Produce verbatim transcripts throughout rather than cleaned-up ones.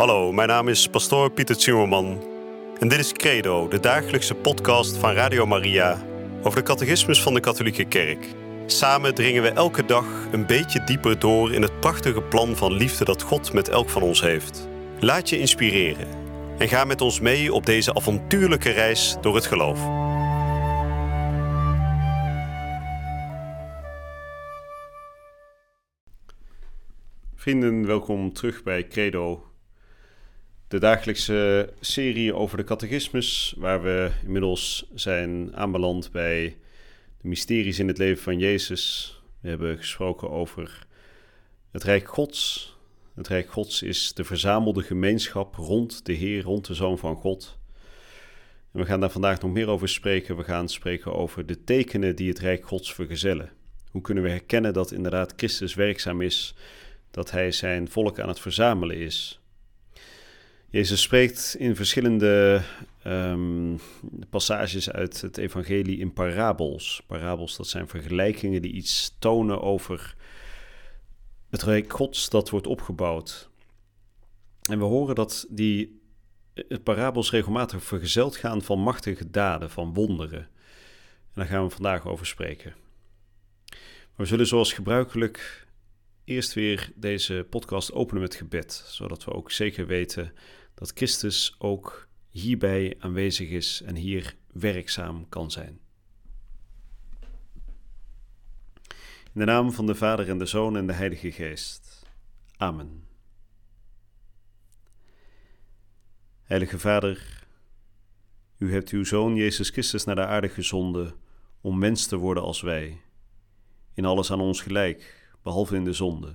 Hallo, mijn naam is pastoor Pieter Zimmerman en dit is Credo, de dagelijkse podcast van Radio Maria over de catechismus van de Katholieke Kerk. Samen dringen we elke dag een beetje dieper door in het prachtige plan van liefde dat God met elk van ons heeft. Laat je inspireren en ga met ons mee op deze avontuurlijke reis door het geloof. Vrienden, welkom terug bij Credo, de dagelijkse serie over de catechismus, waar we inmiddels zijn aanbeland bij de mysteries in het leven van Jezus. We hebben gesproken over het Rijk Gods. Het Rijk Gods is de verzamelde gemeenschap rond de Heer, rond de Zoon van God. En we gaan daar vandaag nog meer over spreken. We gaan spreken over de tekenen die het Rijk Gods vergezellen. Hoe kunnen we herkennen dat inderdaad Christus werkzaam is, dat hij zijn volk aan het verzamelen is? Jezus spreekt in verschillende um, passages uit het evangelie in parabels. Parabels, dat zijn vergelijkingen die iets tonen over het Rijk Gods dat wordt opgebouwd. En we horen dat die parabels regelmatig vergezeld gaan van machtige daden, van wonderen. En daar gaan we vandaag over spreken. Maar we zullen zoals gebruikelijk eerst weer deze podcast openen met gebed, zodat we ook zeker weten dat Christus ook hierbij aanwezig is en hier werkzaam kan zijn. In de naam van de Vader en de Zoon en de Heilige Geest. Amen. Heilige Vader, u hebt uw Zoon Jezus Christus naar de aarde gezonden om mens te worden als wij, in alles aan ons gelijk, behalve in de zonde.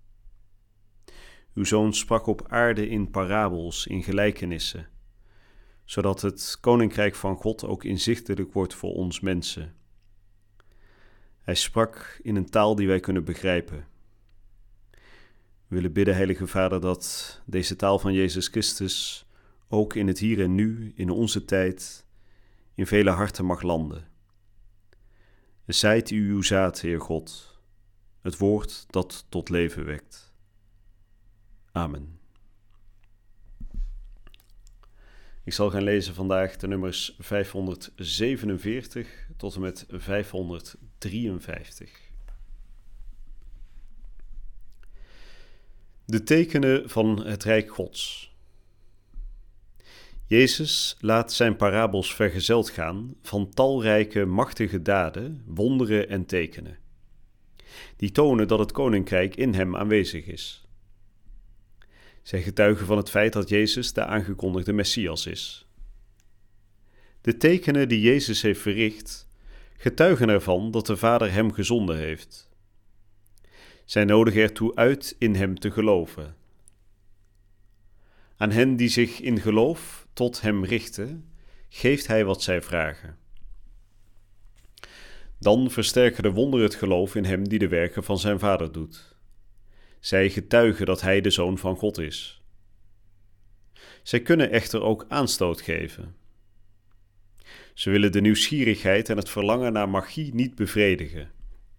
Uw Zoon sprak op aarde in parabels, in gelijkenissen, zodat het Koninkrijk van God ook inzichtelijk wordt voor ons mensen. Hij sprak in een taal die wij kunnen begrijpen. We willen bidden, Heilige Vader, dat deze taal van Jezus Christus ook in het hier en nu, in onze tijd, in vele harten mag landen. Zaait u uw zaad, Heer God, het woord dat tot leven wekt. Amen. Ik zal gaan lezen vandaag de nummers vijfhonderdzevenenveertig tot en met vijfhonderddrieënvijftig. De tekenen van het Rijk Gods. Jezus laat zijn parabels vergezeld gaan van talrijke machtige daden, wonderen en tekenen, die tonen dat het Koninkrijk in hem aanwezig is. Zij getuigen van het feit dat Jezus de aangekondigde Messias is. De tekenen die Jezus heeft verricht, getuigen ervan dat de Vader hem gezonden heeft. Zij nodigen ertoe uit in hem te geloven. Aan hen die zich in geloof tot hem richten, geeft hij wat zij vragen. Dan versterken de wonderen het geloof in hem die de werken van zijn Vader doet. Zij getuigen dat hij de Zoon van God is. Zij kunnen echter ook aanstoot geven. Ze willen de nieuwsgierigheid en het verlangen naar magie niet bevredigen.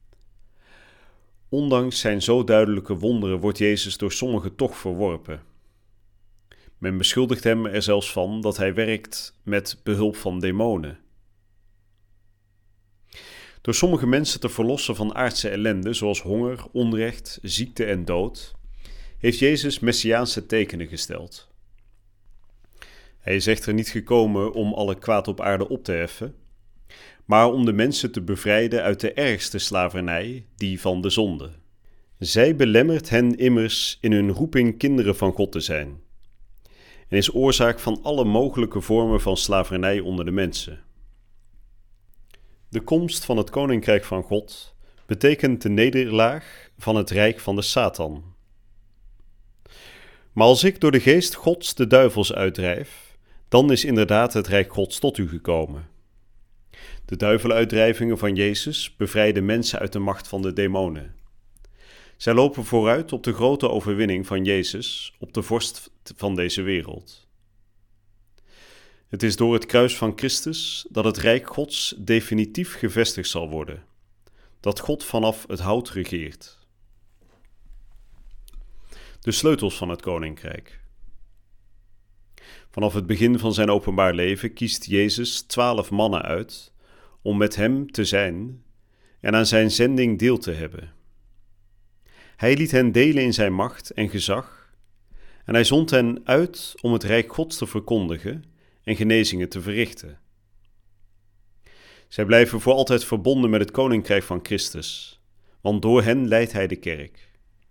Ondanks zijn zo duidelijke wonderen wordt Jezus door sommigen toch verworpen. Men beschuldigt hem er zelfs van dat hij werkt met behulp van demonen. Door sommige mensen te verlossen van aardse ellende, zoals honger, onrecht, ziekte en dood, heeft Jezus messiaanse tekenen gesteld. Hij is echter niet gekomen om alle kwaad op aarde op te heffen, maar om de mensen te bevrijden uit de ergste slavernij, die van de zonde. Zij belemmert hen immers in hun roeping kinderen van God te zijn, en is oorzaak van alle mogelijke vormen van slavernij onder de mensen. De komst van het Koninkrijk van God betekent de nederlaag van het rijk van de Satan. Maar als ik door de geest Gods de duivels uitdrijf, dan is inderdaad het Rijk Gods tot u gekomen. De duiveluitdrijvingen van Jezus bevrijden mensen uit de macht van de demonen. Zij lopen vooruit op de grote overwinning van Jezus op de vorst van deze wereld. Het is door het kruis van Christus dat het Rijk Gods definitief gevestigd zal worden, dat God vanaf het hout regeert. De sleutels van het Koninkrijk. Vanaf het begin van zijn openbaar leven kiest Jezus twaalf mannen uit om met hem te zijn en aan zijn zending deel te hebben. Hij liet hen delen in zijn macht en gezag en hij zond hen uit om het rijk Gods te verkondigen en genezingen te verrichten. Zij blijven voor altijd verbonden met het koninkrijk van Christus, want door hen leidt hij de kerk.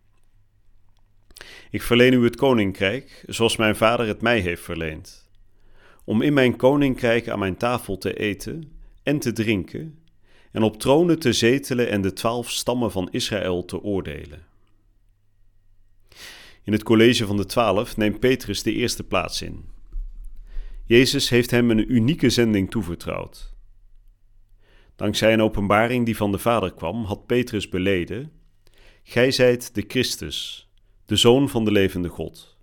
Ik verleen u het koninkrijk, zoals mijn vader het mij heeft verleend, om in mijn koninkrijk aan mijn tafel te eten en te drinken en op tronen te zetelen en de twaalf stammen van Israël te oordelen. In het college van de twaalf neemt Petrus de eerste plaats in. Jezus heeft hem een unieke zending toevertrouwd. Dankzij een openbaring die van de Vader kwam, had Petrus beleden: Gij zijt de Christus, de Zoon van de levende God.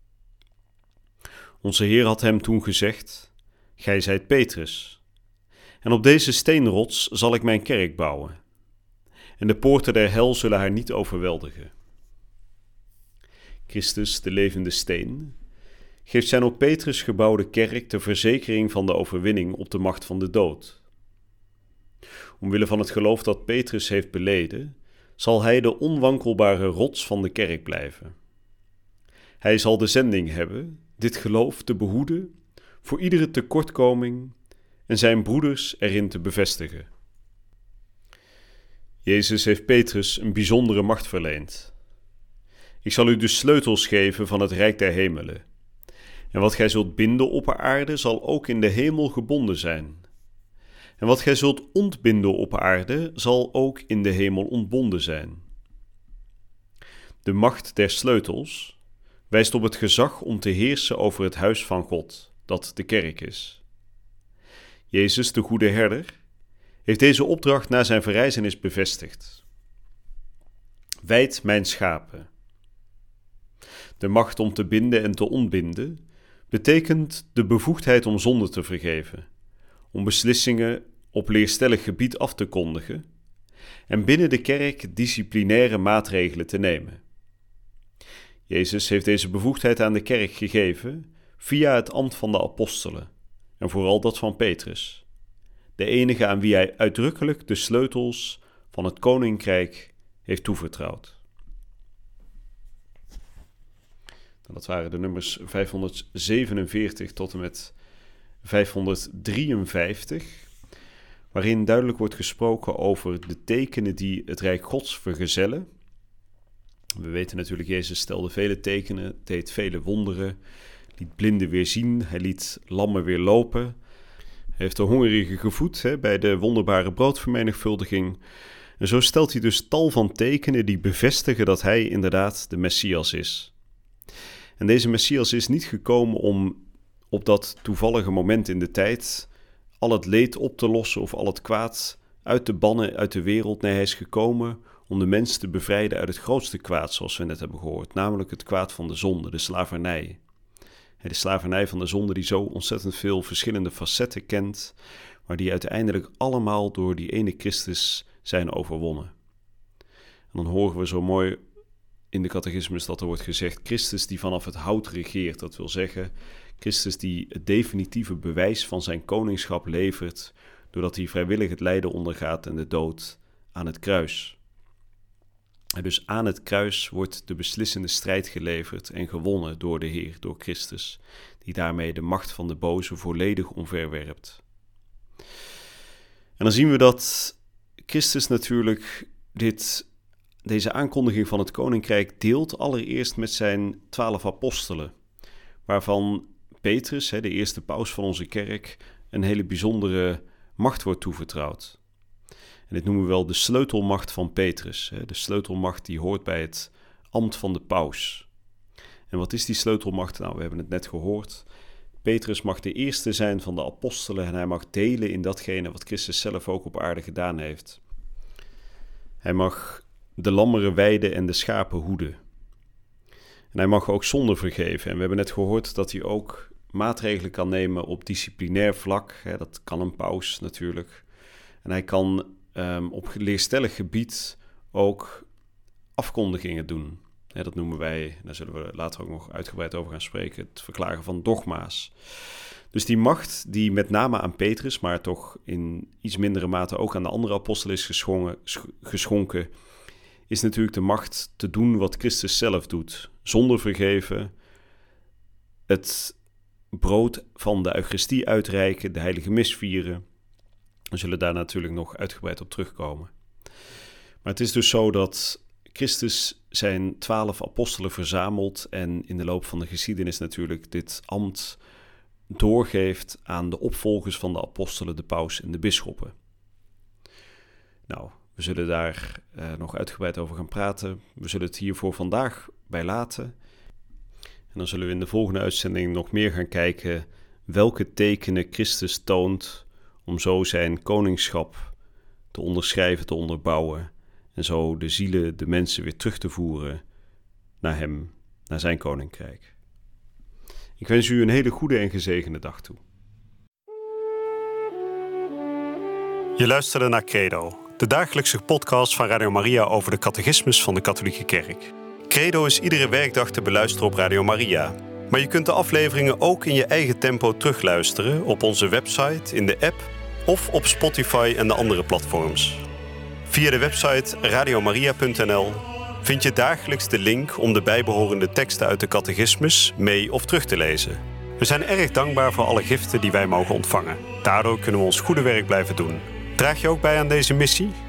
Onze Heer had hem toen gezegd: Gij zijt Petrus, en op deze steenrots zal ik mijn kerk bouwen, en de poorten der hel zullen haar niet overweldigen. Christus, de levende steen, geeft zijn op Petrus gebouwde kerk de verzekering van de overwinning op de macht van de dood. Omwille van het geloof dat Petrus heeft beleden, zal hij de onwankelbare rots van de kerk blijven. Hij zal de zending hebben dit geloof te behoeden voor iedere tekortkoming en zijn broeders erin te bevestigen. Jezus heeft Petrus een bijzondere macht verleend. Ik zal u de sleutels geven van het rijk der hemelen. En wat gij zult binden op aarde zal ook in de hemel gebonden zijn. En wat gij zult ontbinden op aarde zal ook in de hemel ontbonden zijn. De macht der sleutels wijst op het gezag om te heersen over het huis van God, dat de kerk is. Jezus, de goede herder, heeft deze opdracht na zijn verrijzenis bevestigd. Wijd mijn schapen. De macht om te binden en te ontbinden betekent de bevoegdheid om zonde te vergeven, om beslissingen op leerstellig gebied af te kondigen en binnen de kerk disciplinaire maatregelen te nemen. Jezus heeft deze bevoegdheid aan de kerk gegeven via het ambt van de apostelen en vooral dat van Petrus, de enige aan wie hij uitdrukkelijk de sleutels van het koninkrijk heeft toevertrouwd. Dat waren de nummers vijfhonderdzevenenveertig tot en met vijfhonderddrieënvijftig, waarin duidelijk wordt gesproken over de tekenen die het Rijk Gods vergezellen. We weten natuurlijk, Jezus stelde vele tekenen, deed vele wonderen, liet blinden weer zien, hij liet lammen weer lopen. Hij heeft de hongerigen gevoed hè, bij de wonderbare broodvermenigvuldiging. En zo stelt hij dus tal van tekenen die bevestigen dat hij inderdaad de Messias is. En deze Messias is niet gekomen om op dat toevallige moment in de tijd al het leed op te lossen of al het kwaad uit te bannen uit de wereld. Nee, hij is gekomen om de mens te bevrijden uit het grootste kwaad, zoals we net hebben gehoord, namelijk het kwaad van de zonde, de slavernij. De slavernij van de zonde die zo ontzettend veel verschillende facetten kent, maar die uiteindelijk allemaal door die ene Christus zijn overwonnen. En dan horen we zo mooi in de catechismus dat er wordt gezegd: Christus die vanaf het hout regeert. Dat wil zeggen, Christus die het definitieve bewijs van zijn koningschap levert, doordat hij vrijwillig het lijden ondergaat en de dood aan het kruis. En dus aan het kruis wordt de beslissende strijd geleverd en gewonnen door de Heer, door Christus, die daarmee de macht van de boze volledig omverwerpt. En dan zien we dat Christus natuurlijk dit, deze aankondiging van het koninkrijk deelt allereerst met zijn twaalf apostelen, waarvan Petrus, de eerste paus van onze kerk, een hele bijzondere macht wordt toevertrouwd. En dit noemen we wel de sleutelmacht van Petrus. De sleutelmacht die hoort bij het ambt van de paus. En wat is die sleutelmacht? Nou, we hebben het net gehoord. Petrus mag de eerste zijn van de apostelen en hij mag delen in datgene wat Christus zelf ook op aarde gedaan heeft. Hij mag de lammeren weiden en de schapen hoeden. En hij mag ook zonde vergeven. En we hebben net gehoord dat hij ook maatregelen kan nemen op disciplinair vlak. Dat kan een paus natuurlijk. En hij kan um, op leerstellig gebied ook afkondigingen doen. Hè, dat noemen wij, daar zullen we later ook nog uitgebreid over gaan spreken, het verklaren van dogma's. Dus die macht die met name aan Petrus, maar toch in iets mindere mate ook aan de andere apostelen is geschonken, geschonken, is natuurlijk de macht te doen wat Christus zelf doet. Zonder vergeven, het brood van de Eucharistie uitreiken, de heilige mis vieren. We zullen daar natuurlijk nog uitgebreid op terugkomen. Maar het is dus zo dat Christus zijn twaalf apostelen verzamelt en in de loop van de geschiedenis natuurlijk dit ambt doorgeeft aan de opvolgers van de apostelen, de paus en de bisschoppen. Nou, we zullen daar uh, nog uitgebreid over gaan praten. We zullen het hier voor vandaag bij laten. En dan zullen we in de volgende uitzending nog meer gaan kijken welke tekenen Christus toont om zo zijn koningschap te onderschrijven, te onderbouwen en zo de zielen, de mensen weer terug te voeren naar hem, naar zijn koninkrijk. Ik wens u een hele goede en gezegende dag toe. Je luisterde naar Credo, de dagelijkse podcast van Radio Maria over de catechismus van de Katholieke Kerk. Credo is iedere werkdag te beluisteren op Radio Maria. Maar je kunt de afleveringen ook in je eigen tempo terugluisteren op onze website, in de app of op Spotify en de andere platforms. Via de website radiomaria punt n l vind je dagelijks de link om de bijbehorende teksten uit de catechismus mee of terug te lezen. We zijn erg dankbaar voor alle giften die wij mogen ontvangen. Daardoor kunnen we ons goede werk blijven doen. Draag je ook bij aan deze missie?